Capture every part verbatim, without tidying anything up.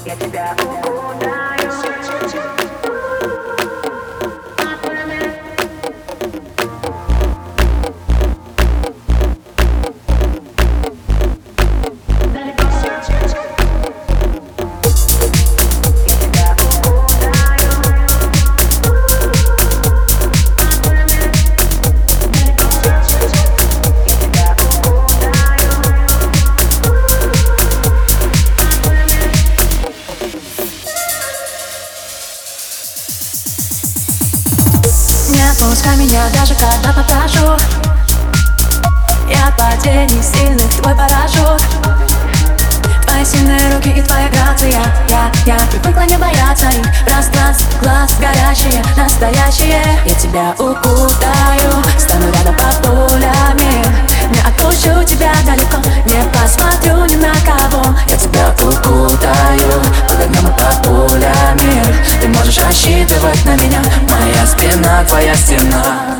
Я тебя укутаю. Не отпускай меня, даже когда попрошу. Я падений сильных твой парашют. Твои сильные руки и твоя грация. Я, я привыкла не бояться их. Раз-раз, глаз горящие, настоящие. Я тебя укутаю, стану рядом под пулями. Не отпущу тебя далеко, не посмотрю ни на кого. Я тебя укутаю, под огнем и под пулями. Ты можешь рассчитывать на меня, моя спина, твоя стена.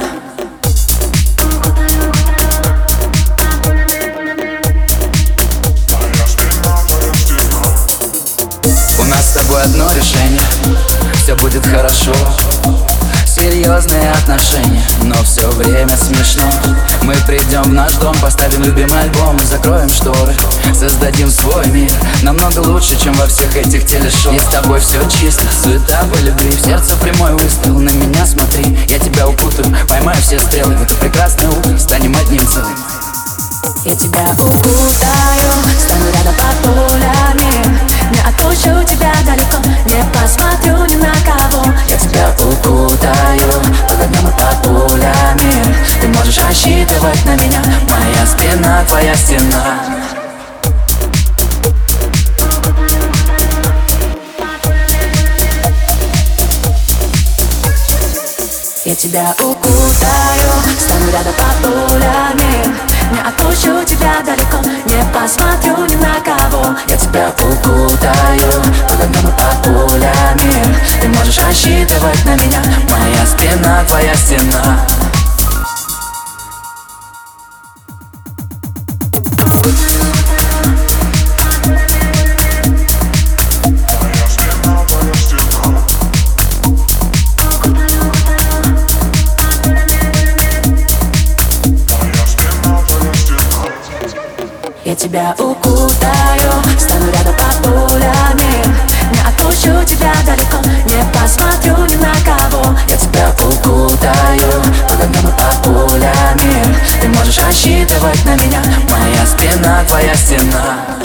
У нас с тобой одно решение, все будет хорошо. Серьезные отношения, но все время смешно. Мы придем в наш дом, поставим любимый альбом и закроем шторы. Создадим свой мир, намного лучше, чем во всех этих телешоу. И с тобой все чисто, суета по любви. В сердце прямой выстрел, на меня смотри. Я тебя укутаю, поймаю все стрелы. В это прекрасное утро станем одним целым. Я тебя укутаю, стану рядом под пулями. Не отпущу тебя далеко, не посмотрю ни на кого. Я тебя укутаю, под огнем и под пулями. Ты можешь рассчитывать на меня, моя спина, твоя стена. Я тебя укутаю, стану рядом под пулями. Не отпущу тебя далеко, не посмотрю ни на кого. Я тебя укутаю, под огнем и под пулями. Ты можешь рассчитывать на меня, моя спина, твоя стена. Я тебя укутаю, стану рядом под пулями. Не отпущу тебя далеко, не посмотрю ни на кого. Я тебя укутаю, под огнем и под пулями. Ты можешь рассчитывать на меня, моя спина, твоя стена.